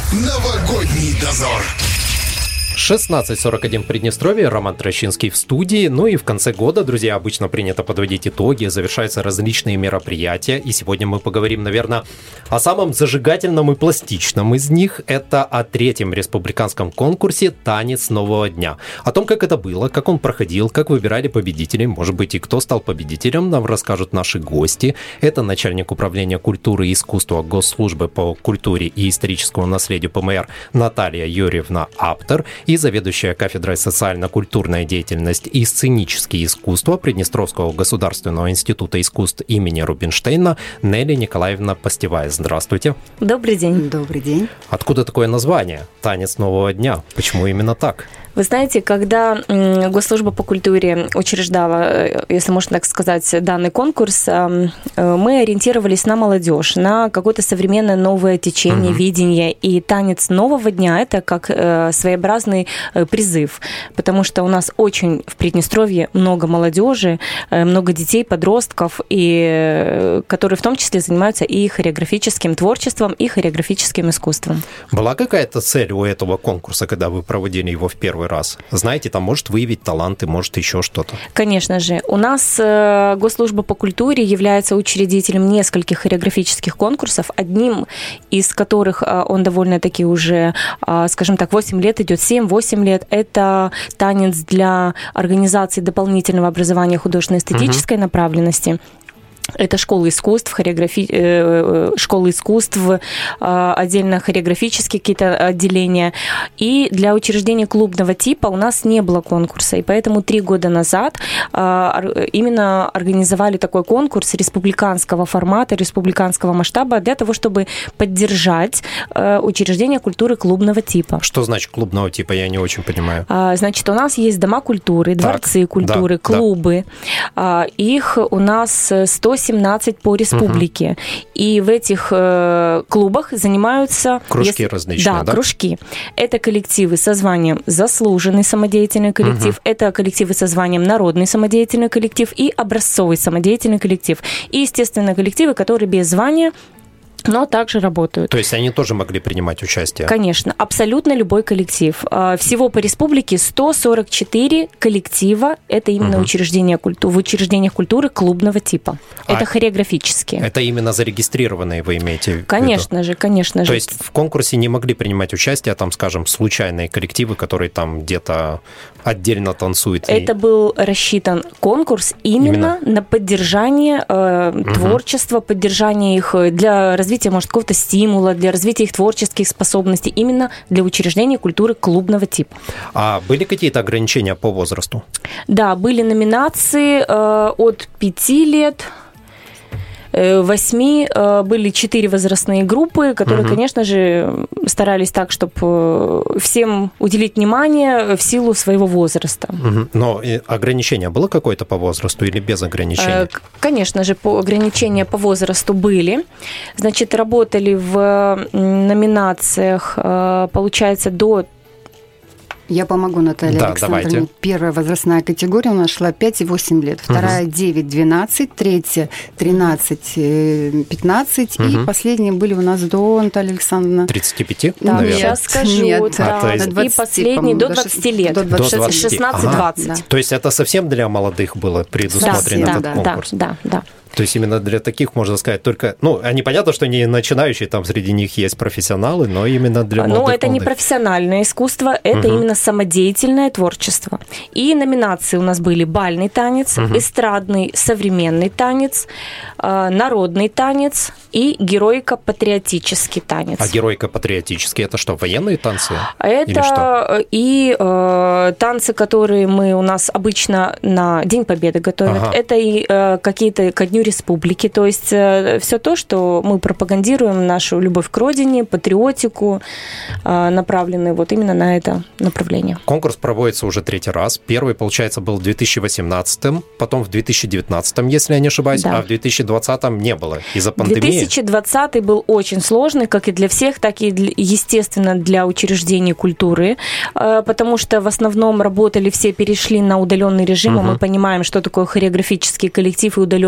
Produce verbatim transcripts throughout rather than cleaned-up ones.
Новогодний дозор. шестнадцать сорок один в Приднестровье, Роман Трощинский в студии. Ну и в конце года, друзья, обычно принято подводить итоги, завершаются различные мероприятия. И сегодня мы поговорим, наверное, о самом зажигательном и пластичном из них. Это о третьем республиканском конкурсе «Танец нового дня». О том, как это было, как он проходил, как выбирали победителей, может быть, и кто стал победителем, нам расскажут наши гости. Это начальник управления культуры и искусства Госслужбы по культуре и историческому наследию ПМР Наталья Юрьевна Аптер и заведующая кафедрой социально-культурной деятельности и сценические искусства Приднестровского государственного института искусств имени Рубинштейна Нелли Николаевна Постевая. Здравствуйте. Добрый день. Добрый день. Откуда такое название «Танец нового дня»? Почему именно так? Вы знаете, когда Госслужба по культуре учреждала, если можно так сказать, данный конкурс, мы ориентировались на молодежь, на какое-то современное новое течение, угу. видение. И танец нового дня – это как своеобразный призыв, потому что у нас очень в Приднестровье много молодежи, много детей, подростков, и которые в том числе занимаются и хореографическим творчеством, и хореографическим искусством. Была какая-то цель у этого конкурса, когда вы проводили его в первый раз? Знаете, там может выявить таланты, может еще что-то. Конечно же. У нас Госслужба по культуре является учредителем нескольких хореографических конкурсов, одним из которых он довольно-таки уже, скажем так, восемь лет идет, семь-восемь лет. Это танец для организации дополнительного образования художественно-эстетической угу. направленности. Это школы искусств, хореографи... школы искусств, отдельно хореографические какие-то отделения. И для учреждения клубного типа у нас не было конкурса. И поэтому три года назад именно организовали такой конкурс республиканского формата, республиканского масштаба для того, чтобы поддержать учреждение культуры клубного типа. Что значит клубного типа? Я не очень понимаю. Значит, у нас есть дома культуры, дворцы так, культуры, да, клубы. Да. Их у нас сто семнадцать по республике. Угу. И в этих э, клубах занимаются... Кружки если, различные, да? Да, кружки. Это коллективы со званием «Заслуженный самодеятельный коллектив», угу. это коллективы со званием «Народный самодеятельный коллектив» и «Образцовый самодеятельный коллектив». И, естественно, коллективы, которые без звания, но также работают. То есть они тоже могли принимать участие? Конечно, абсолютно любой коллектив. Всего по республике сто сорок четыре коллектива. Это именно угу. учреждения культу... в учреждениях культуры клубного типа. А это хореографические. Это именно зарегистрированные вы имеете в виду? Конечно же, конечно же. То есть в конкурсе не могли принимать участие, там, скажем, случайные коллективы, которые там где-то отдельно танцуют? Это и... был рассчитан конкурс именно, именно? на поддержание э, угу. творчества, поддержание их для развития может, какого-то стимула, для развития их творческих способностей, именно для учреждения культуры клубного типа. А были какие-то ограничения по возрасту? Да, были номинации э, от пяти лет, восьми, были четыре возрастные группы, которые, угу. конечно же, старались так, чтобы всем уделить внимание в силу своего возраста. Угу. Но ограничение было какое-то по возрасту или без ограничений? Конечно же, по ограничения по возрасту были. Значит, работали в номинациях, получается, до... Я помогу, Наталья да, Александровна. Давайте. Первая возрастная категория у нас шла пять и восемь лет, вторая угу. девять-двенадцать, третья тринадцать-пятнадцать, угу. и последние были у нас до, Наталья Александровна... тридцати пяти, да, наверное? Сейчас скажу. Нет, да. а, есть... И последний до двадцати лет. До двадцати. шестнадцать-двадцать. Ага. То есть это совсем для молодых было предусмотрен да, этот да, конкурс? Да, да, да. То есть именно для таких, можно сказать, только... Ну, они понятно, что не начинающие, там среди них есть профессионалы, но именно для молодых. Ну, это молодых. Не профессиональное искусство, это угу. именно самодеятельное творчество. И номинации у нас были бальный танец, угу. эстрадный современный танец, народный танец и героико-патриотический танец. А героико-патриотический – это что, военные танцы? Это и э, танцы, которые мы у нас обычно на День Победы готовят. Ага. Это и э, какие-то ко Дню Республики. То есть э, все то, что мы пропагандируем, нашу любовь к родине, патриотику, э, направленные вот именно на это направление. Конкурс проводится уже третий раз. Первый, получается, был в две тысячи восемнадцатом, потом в две тысячи девятнадцатом, если я не ошибаюсь, да. а в две тысячи двадцатом не было из-за пандемии. две тысячи двадцатый был очень сложный, как и для всех, так и, для, естественно, для учреждений культуры, э, потому что в основном работали все, перешли на удаленный режим, угу. мы понимаем, что такое хореографический коллектив и удаленный режим.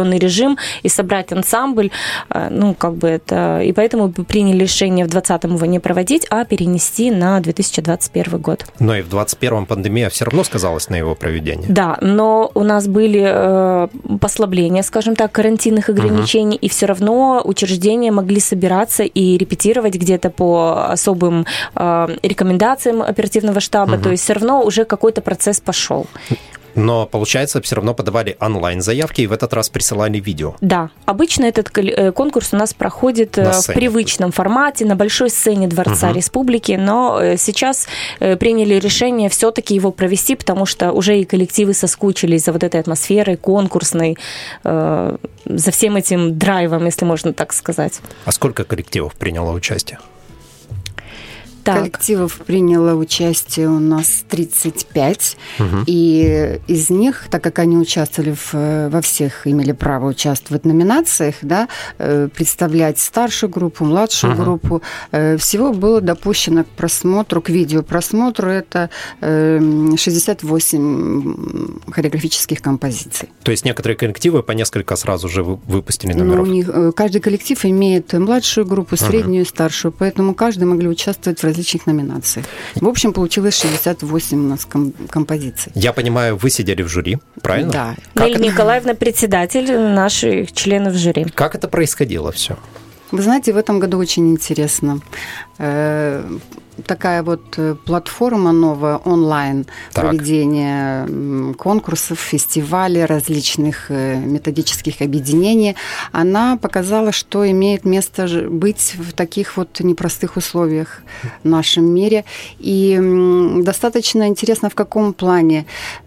режим и собрать ансамбль, ну, как бы это... И поэтому приняли решение в двадцатом его не проводить, а перенести на две тысячи двадцать первый год. Но и в двадцать первом пандемия все равно сказалась на его проведении. Да, но у нас были э, послабления, скажем так, карантинных ограничений, угу. и все равно учреждения могли собираться и репетировать где-то по особым э, рекомендациям оперативного штаба, угу. то есть все равно уже какой-то процесс пошел. Но, получается, все равно подавали онлайн-заявки и в этот раз присылали видео. Да. Обычно этот конкурс у нас проходит в привычном формате, на большой сцене Дворца угу. Республики, но сейчас приняли решение все-таки его провести, потому что уже и коллективы соскучились за вот этой атмосферой конкурсной, за всем этим драйвом, если можно так сказать. А сколько коллективов приняло участие? Так. Коллективов приняло участие у нас тридцать пять, угу. и из них, так как они участвовали в, во всех, имели право участвовать в номинациях, да, представлять старшую группу, младшую угу. группу, всего было допущено к просмотру, к видеопросмотру, это шестьдесят восемь хореографических композиций. То есть некоторые коллективы по несколько сразу же выпустили номеров? Ну, у них, каждый коллектив имеет младшую группу, среднюю, угу. старшую, поэтому каждый могли участвовать в различных различных номинациях. В общем, получилось шестьдесят восемь у нас композиций. Я понимаю, вы сидели в жюри, правильно? Да. Нелли Николаевна, председатель наших членов жюри. Как это происходило все? Вы знаете, в этом году очень интересно. Такая вот платформа новая, онлайн, так. проведение конкурсов, фестивалей, различных методических объединений, она показала, что имеет место быть в таких вот непростых условиях в нашем мире. И достаточно интересно, в каком плане.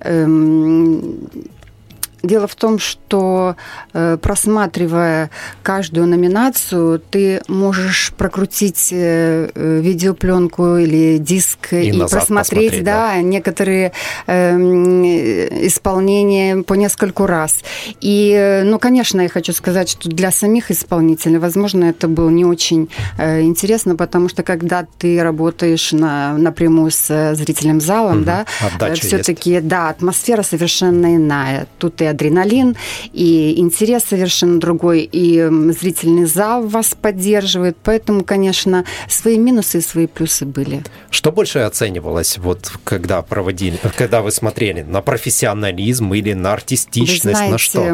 Дело в том, что, просматривая каждую номинацию, ты можешь прокрутить видеопленку или диск и, и просмотреть да, да. некоторые исполнения по нескольку раз. И, ну, конечно, я хочу сказать, что для самих исполнителей, возможно, это было не очень интересно, потому что когда ты работаешь на, напрямую с зрительным залом, угу. да, все-таки, да, атмосфера совершенно иная. Тут и адреналин, и интерес совершенно другой, и зрительный зал вас поддерживает. Поэтому, конечно, свои минусы и свои плюсы были. Что больше оценивалось, вот, когда проводили, когда вы смотрели? На профессионализм или на артистичность? Вы знаете, на что?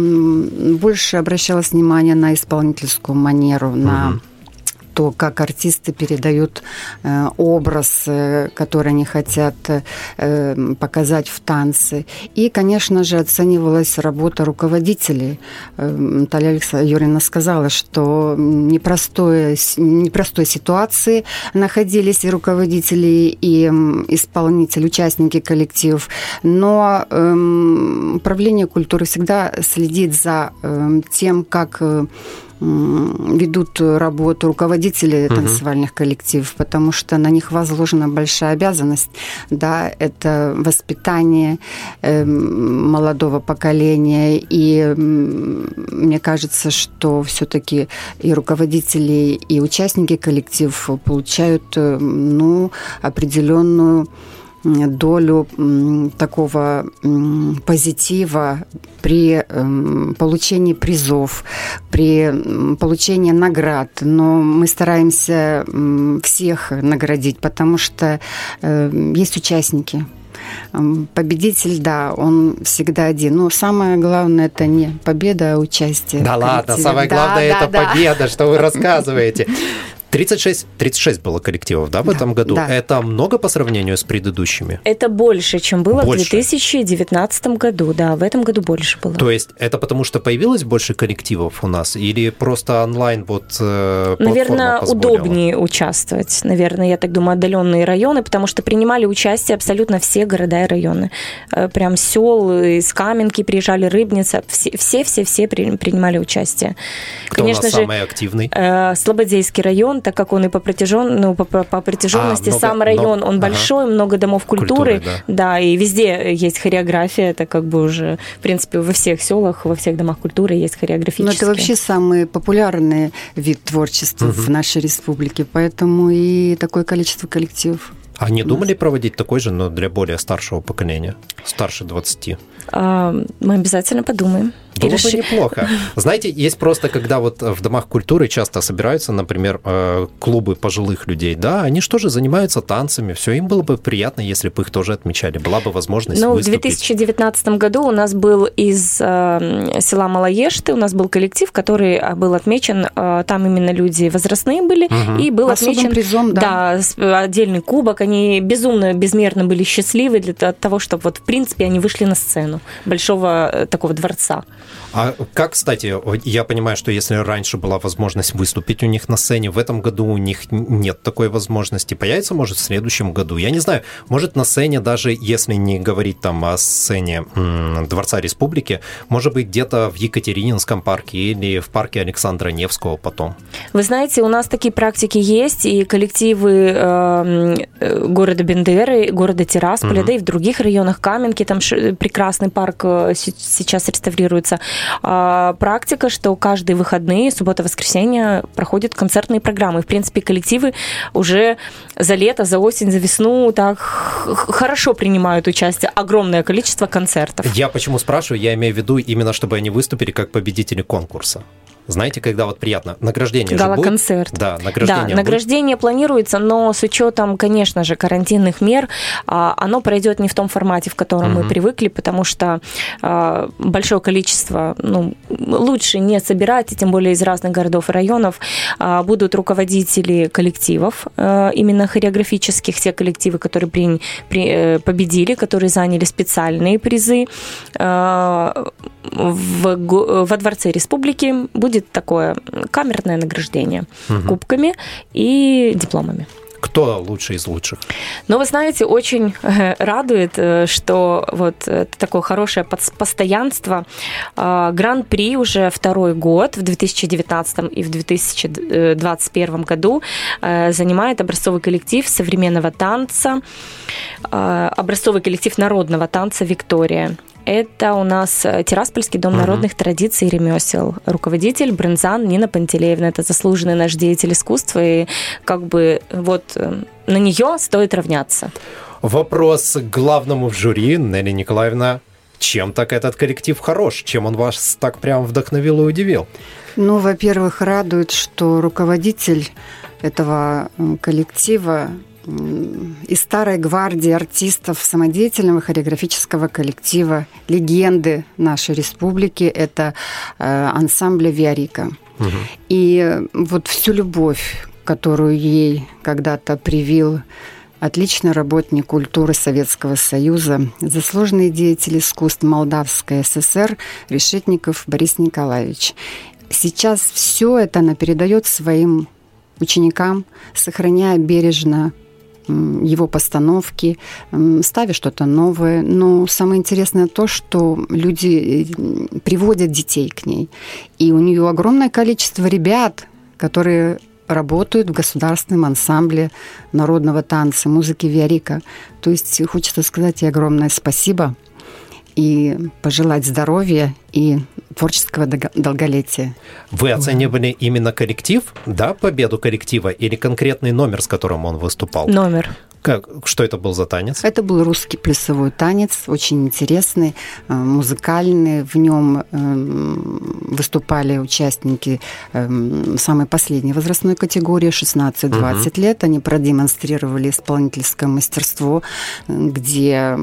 Больше обращалось внимание на исполнительскую манеру, угу. на то, как артисты передают э, образ, э, который они хотят э, показать в танце. И, конечно же, оценивалась работа руководителей. Э, Наталья Александровна Юрьевна сказала, что непростой, непростой ситуации находились и руководители, и исполнители, участники коллективов. Но э, управление культуры всегда следит за э, тем, как э, ведут работу руководители угу. танцевальных коллективов, потому что на них возложена большая обязанность, да, это воспитание э, молодого поколения, и э, мне кажется, что все-таки и руководители, и участники коллективов получают, э, ну, определенную долю такого позитива при получении призов, при получении наград. Но мы стараемся всех наградить, потому что есть участники. Победитель, да, он всегда один. Но самое главное – это не победа, а участие. Да ладно, самое главное да, – это да, победа, да. Что вы рассказываете. тридцать шесть, тридцать шесть было коллективов, да, в да, этом году? Да. Это много по сравнению с предыдущими? Это больше, чем было больше. В две тысячи девятнадцатом году, да, в этом году больше было. То есть это потому, что появилось больше коллективов у нас? Или просто онлайн вот э, Наверное, позволила? Удобнее участвовать. Наверное, я так думаю, отдаленные районы, потому что принимали участие абсолютно все города и районы. Прям сел, из Каменки приезжали, Рыбница, все-все-все принимали участие. Кто Конечно у нас же, самый активный? Слободейский район, так как он и по, протяжен... ну, по, по протяженности, а, много, сам район, но... он ага. большой, много домов культуры, культуры да. да, и везде есть хореография, это как бы уже, в принципе, во всех селах, во всех домах культуры есть хореографические. Но это вообще самый популярный вид творчества угу. в нашей республике, поэтому и такое количество коллективов. А не думали проводить такой же, но для более старшего поколения, старше двадцати? А, мы обязательно подумаем. Было бы неплохо. Знаете, есть просто, когда вот в домах культуры часто собираются, например, клубы пожилых людей, да, они что же занимаются танцами, все, им было бы приятно, если бы их тоже отмечали, была бы возможность ну, выступить. В две тысячи девятнадцатом году у нас был из э, села Малоешты, у нас был коллектив, который был отмечен, э, там именно люди возрастные были, угу. и был особым отмечен призом, да. Да, отдельный кубок, они безумно, безмерно были счастливы для того, чтобы вот, в принципе, они вышли на сцену большого такого дворца. А как, кстати, я понимаю, что если раньше была возможность выступить у них на сцене, в этом году у них нет такой возможности. Появится, может, в следующем году? Я не знаю, может, на сцене, даже если не говорить там о сцене м, Дворца Республики, может быть, где-то в Екатерининском парке или в парке Александра Невского потом? Вы знаете, у нас такие практики есть, и коллективы э, города Бендеры, города Тирасполя, mm-hmm. да и в других районах Каменки, там прекрасный парк сейчас реставрируется. Практика, что каждые выходные, суббота-воскресенье проходят концертные программы. В принципе, коллективы уже за лето, за осень, за весну так хорошо принимают участие. Огромное количество концертов. Я почему спрашиваю? Я имею в виду именно, чтобы они выступили как победители конкурса. Знаете, когда вот приятно, награждение же будет? Гала-концерт. Да, награждение Да, награждение будет? Планируется, но с учетом, конечно же, карантинных мер, оно пройдет не в том формате, в котором угу. мы привыкли, потому что большое количество, ну, лучше не собирать, и тем более из разных городов и районов, будут руководители коллективов, именно хореографических, те коллективы, которые при, при, победили, которые заняли специальные призы. В, во Дворце Республики будет такое камерное награждение угу. кубками и дипломами. Кто лучший из лучших? Но вы знаете, очень радует, что вот такое хорошее постоянство. Гран-при уже второй год, в две тысячи девятнадцатом и в две тысячи двадцать первом году занимает образцовый коллектив современного танца, образцовый коллектив народного танца «Виктория». Это у нас Тираспольский дом uh-huh. народных традиций и ремесел. Руководитель Брынзан Нина Пантелеевна. Это заслуженный наш деятель искусства. И как бы вот на нее стоит равняться. Вопрос к главному в жюри. Нелли Николаевна, чем так этот коллектив хорош? Чем он вас так прям вдохновил и удивил? Ну, во-первых, радует, что руководитель этого коллектива из старой гвардии артистов самодеятельного хореографического коллектива легенды нашей республики, это э, ансамбля «Виарика». Угу. И вот всю любовь, которую ей когда-то привил отличный работник культуры Советского Союза, заслуженный деятель искусств Молдавской ССР Решетников Борис Николаевич. Сейчас все это она передает своим ученикам, сохраняя бережно его постановки, ставя что-то новое. Но самое интересное то, что люди приводят детей к ней. И у нее огромное количество ребят, которые работают в государственном ансамбле народного танца, музыки «Виарика». То есть хочется сказать ей огромное спасибо и пожелать здоровья и творческого долголетия. Вы оценивали именно коллектив, да, победу коллектива, или конкретный номер, с которым он выступал? Номер. Как, что это был за танец? Это был русский плясовой танец, очень интересный, музыкальный. В нем выступали участники самой последней возрастной категории, шестнадцать-двадцать угу. лет. Они продемонстрировали исполнительское мастерство, где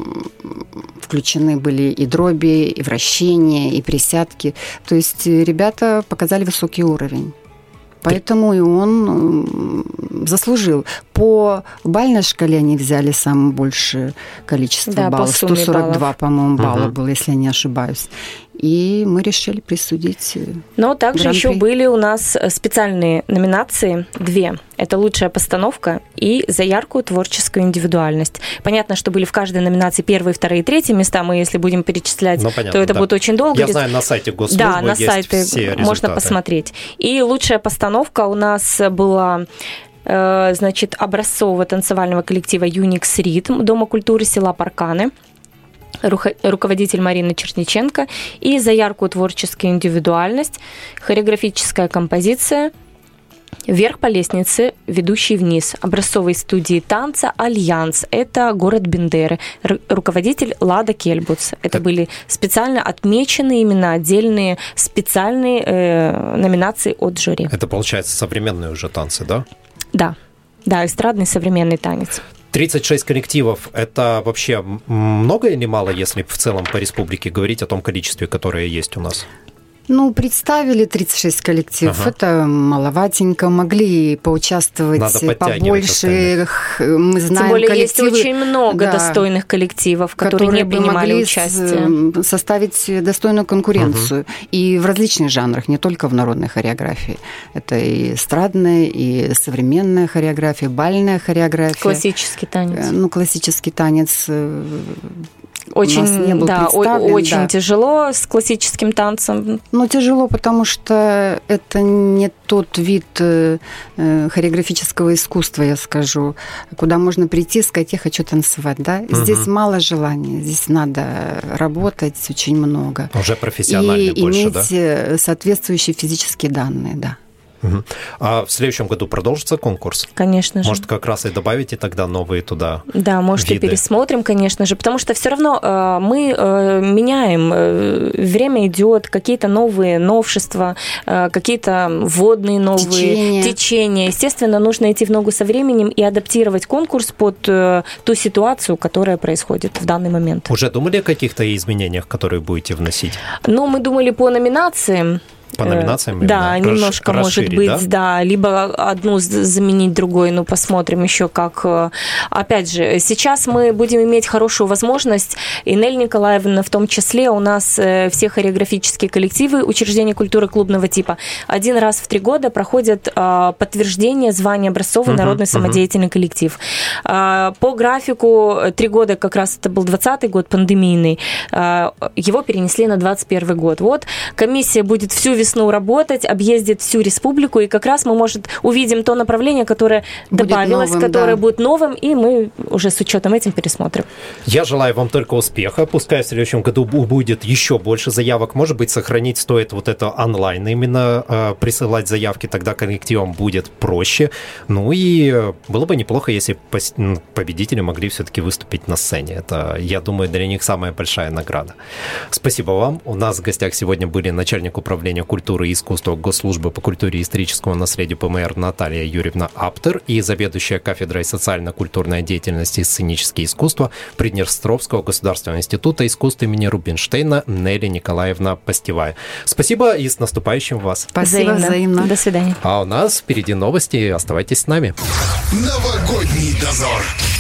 включены были и дроби, и вращения, и присядки. То есть ребята показали высокий уровень. Поэтому и он заслужил. По бальной шкале они взяли самое большее количество да, баллов. сто сорок два, баллов. по-моему, балла угу. было, если я не ошибаюсь. И мы решили присудить Но также гран-при. Еще были у нас специальные номинации, две. Это лучшая постановка и за яркую творческую индивидуальность. Понятно, что были в каждой номинации первые, вторые, третьи места. Мы, если будем перечислять, ну, понятно, то это да. будет очень долго. Я знаю, на сайте госслужбы да, на есть сайте все результаты. Можно посмотреть. И лучшая постановка у нас была... значит, образцового танцевального коллектива «Юникс Ритм» Дома культуры села Парканы. Руководитель Марина Черниченко. И за яркую творческую индивидуальность хореографическая композиция Вверх по лестнице, ведущей вниз. Образцовой студии танца «Альянс». Это город Бендеры. Ру- руководитель Лада Кельбуц. Это, Это были специально отмечены именно отдельные специальные э, номинации от жюри. Это, получается, современные уже танцы, да? Да. Да, эстрадный современный танец. тридцать шесть коллективов – это вообще много или мало, если в целом по республике говорить о том количестве, которое есть у нас? Ну, представили тридцать шесть коллективов, ага. Это маловатенько, могли поучаствовать побольше. Мы знаем Тем более коллективы, есть очень много да, достойных коллективов, которые, которые не принимали могли участие. Составить достойную конкуренцию. Угу. И в различных жанрах, не только в народной хореографии. Это и эстрадная, и современная хореография, бальная хореография. Классический танец. Ну, классический танец... Очень, не был да, очень да. тяжело с классическим танцем. Ну, тяжело, потому что это не тот вид э, хореографического искусства, я скажу, куда можно прийти и сказать, я хочу танцевать, да? Угу. Здесь мало желания, здесь надо работать очень много. Уже профессионально и больше, иметь да? соответствующие физические данные, да. Угу. А в следующем году продолжится конкурс? Конечно же. Может, как раз и добавите тогда новые туда Да, может, виды. И пересмотрим, конечно же, потому что все равно э, мы э, меняем, э, время идет, какие-то новые новшества, э, какие-то вводные новые течения. течения. Естественно, нужно идти в ногу со временем и адаптировать конкурс под э, ту ситуацию, которая происходит в данный момент. Уже думали о каких-то изменениях, которые будете вносить? Ну, мы думали по номинациям. По номинациям? Да, именно. немножко, может быть, да? да, либо одну заменить другой, ну, посмотрим еще как. Опять же, сейчас мы будем иметь хорошую возможность, и Нелли Николаевна в том числе, у нас все хореографические коллективы учреждений культуры клубного типа один раз в три года проходят подтверждение звания образцовый uh-huh, народный самодеятельный uh-huh. коллектив. По графику три года, как раз это был двадцатый год, пандемийный, его перенесли на двадцать первый год. Вот, комиссия будет всю весну работать, объездит всю республику, и как раз мы, может, увидим то направление, которое будет добавилось, новым, которое да. будет новым, и мы уже с учетом этим пересмотрим. Я желаю вам только успеха. Пускай в следующем году будет еще больше заявок. Может быть, сохранить стоит вот это онлайн, именно э, присылать заявки, тогда коллективам будет проще. Ну и было бы неплохо, если победители могли все-таки выступить на сцене. Это, я думаю, для них самая большая награда. Спасибо вам. У нас в гостях сегодня были начальник управления культуры и искусства Госслужбы по культуре и историческому наследию ПМР Наталья Юрьевна Аптер и заведующая кафедрой социально-культурной деятельности и сценические искусства Приднестровского государственного института искусств имени Рубинштейна Нелли Николаевна Постевая. Спасибо и с наступающим вас. Спасибо, взаимно. взаимно. До свидания. А у нас впереди новости. Оставайтесь с нами. Новогодний дозор.